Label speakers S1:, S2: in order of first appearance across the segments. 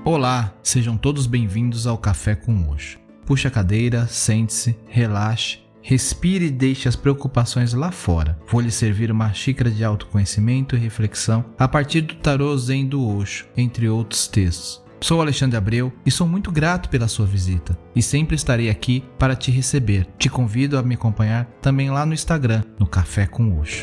S1: Olá, sejam todos bem-vindos ao Café com Osho. Puxe a cadeira, sente-se, relaxe, respire e deixe as preocupações lá fora. Vou lhe servir uma xícara de autoconhecimento e reflexão a partir do Tarô Zen do Osho, entre outros textos. Sou Alexandre Abreu e sou muito grato pela sua visita e sempre estarei aqui para te receber. Te convido a me acompanhar também lá no Instagram, no Café com Osho.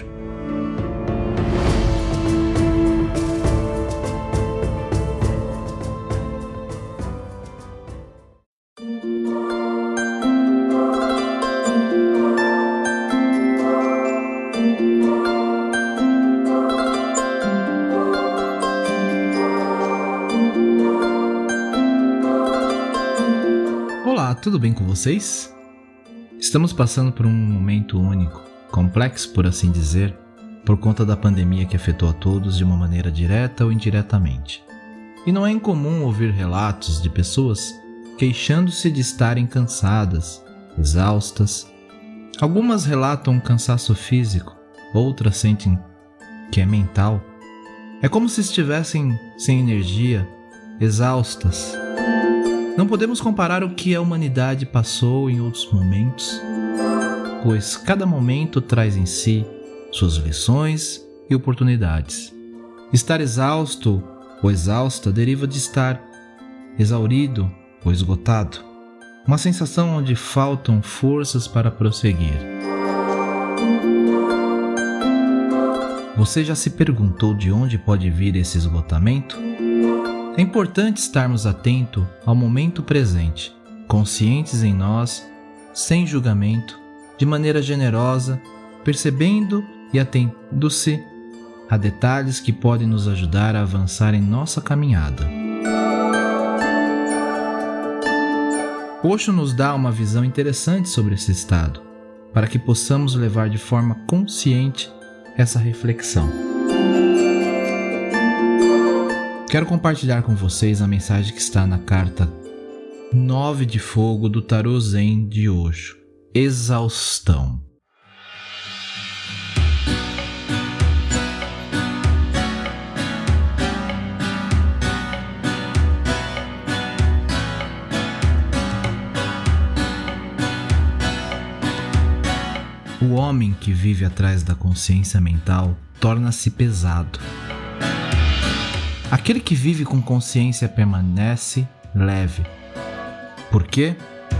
S1: Olá, tudo bem com vocês? Estamos passando por um momento único, complexo por assim dizer, por conta da pandemia que afetou a todos de uma maneira direta ou indiretamente. E não é incomum ouvir relatos de pessoas queixando-se de estarem cansadas, exaustas. Algumas relatam um cansaço físico, outras sentem que é mental. É como se estivessem sem energia, exaustas. Não podemos comparar o que a humanidade passou em outros momentos, pois cada momento traz em si suas lições e oportunidades. Estar exausto ou exausta deriva de estar exaurido ou esgotado, uma sensação onde faltam forças para prosseguir. Você já se perguntou de onde pode vir esse esgotamento? É importante estarmos atentos ao momento presente, conscientes em nós, sem julgamento, de maneira generosa, percebendo e atendo-se a detalhes que podem nos ajudar a avançar em nossa caminhada. Osho nos dá uma visão interessante sobre esse estado, para que possamos levar de forma consciente essa reflexão. Quero compartilhar com vocês a mensagem que está na carta 9 de fogo do Tarô Zen de Osho, exaustão. O homem que vive atrás da consciência mental torna-se pesado. Aquele que vive com consciência permanece leve. Por quê?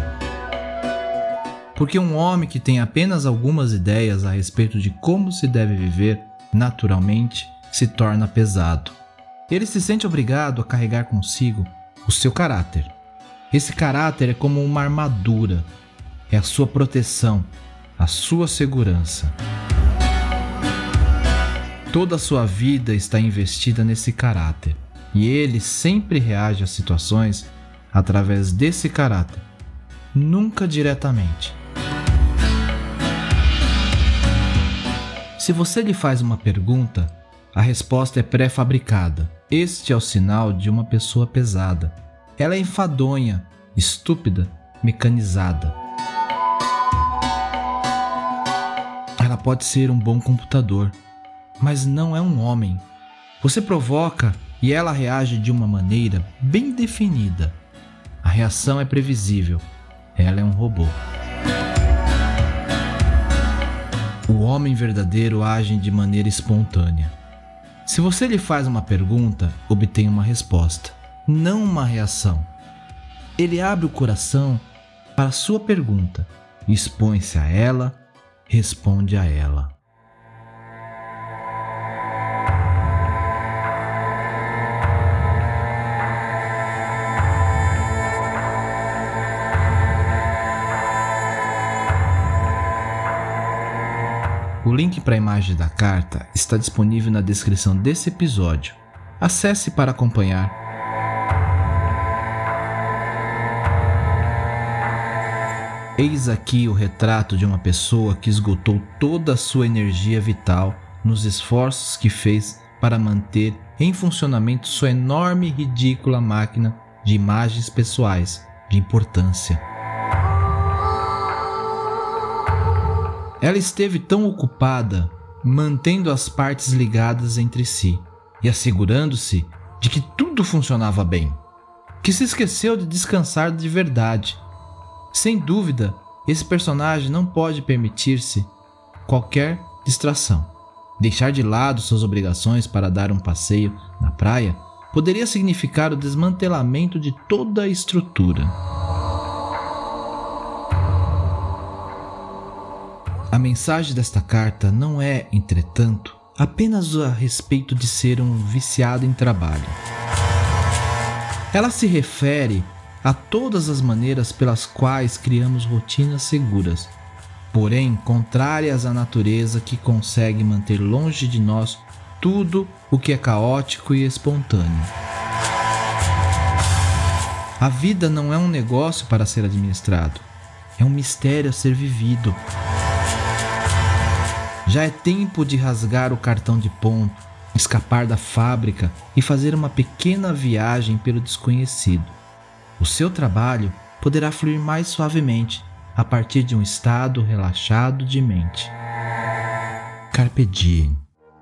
S1: Porque um homem que tem apenas algumas ideias a respeito de como se deve viver naturalmente se torna pesado. Ele se sente obrigado a carregar consigo o seu caráter. Esse caráter é como uma armadura, é a sua proteção, a sua segurança. Toda a sua vida está investida nesse caráter, e ele sempre reage às situações através desse caráter, nunca diretamente. Se você lhe faz uma pergunta, a resposta é pré-fabricada. Este é o sinal de uma pessoa pesada. Ela é enfadonha, estúpida, mecanizada. Ela pode ser um bom computador, mas não é um homem. Você provoca e ela reage de uma maneira bem definida. A reação é previsível. Ela é um robô. O homem verdadeiro age de maneira espontânea. Se você lhe faz uma pergunta, obtém uma resposta, não uma reação. Ele abre o coração para a sua pergunta, expõe-se a ela, responde a ela. O link para a imagem da carta está disponível na descrição desse episódio. Acesse para acompanhar. Eis aqui o retrato de uma pessoa que esgotou toda a sua energia vital nos esforços que fez para manter em funcionamento sua enorme e ridícula máquina de imagens pessoais de importância. Ela esteve tão ocupada mantendo as partes ligadas entre si e assegurando-se de que tudo funcionava bem, que se esqueceu de descansar de verdade. Sem dúvida, esse personagem não pode permitir-se qualquer distração. Deixar de lado suas obrigações para dar um passeio na praia poderia significar o desmantelamento de toda a estrutura. A mensagem desta carta não é, entretanto, apenas a respeito de ser um viciado em trabalho. Ela se refere a todas as maneiras pelas quais criamos rotinas seguras, porém contrárias à natureza que consegue manter longe de nós tudo o que é caótico e espontâneo. A vida não é um negócio para ser administrado, é um mistério a ser vivido. Já é tempo de rasgar o cartão de ponto, escapar da fábrica e fazer uma pequena viagem pelo desconhecido. O seu trabalho poderá fluir mais suavemente a partir de um estado relaxado de mente. Carpe diem.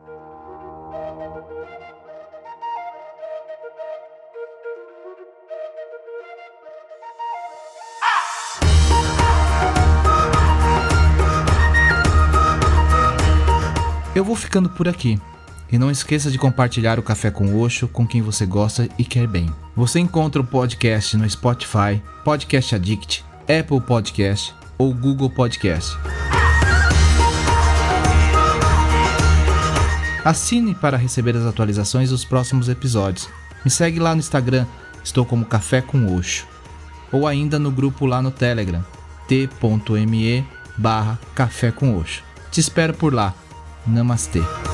S1: Eu vou ficando por aqui. E não esqueça de compartilhar o Café com Osho com quem você gosta e quer bem. Você encontra o podcast no Spotify, Podcast Addict, Apple Podcast ou Google Podcast. Assine para receber as atualizações dos próximos episódios. Me segue lá no Instagram, estou como Café com Osho. Ou ainda no grupo lá no Telegram, t.me/Café com Osho. Te espero por lá. Namastê.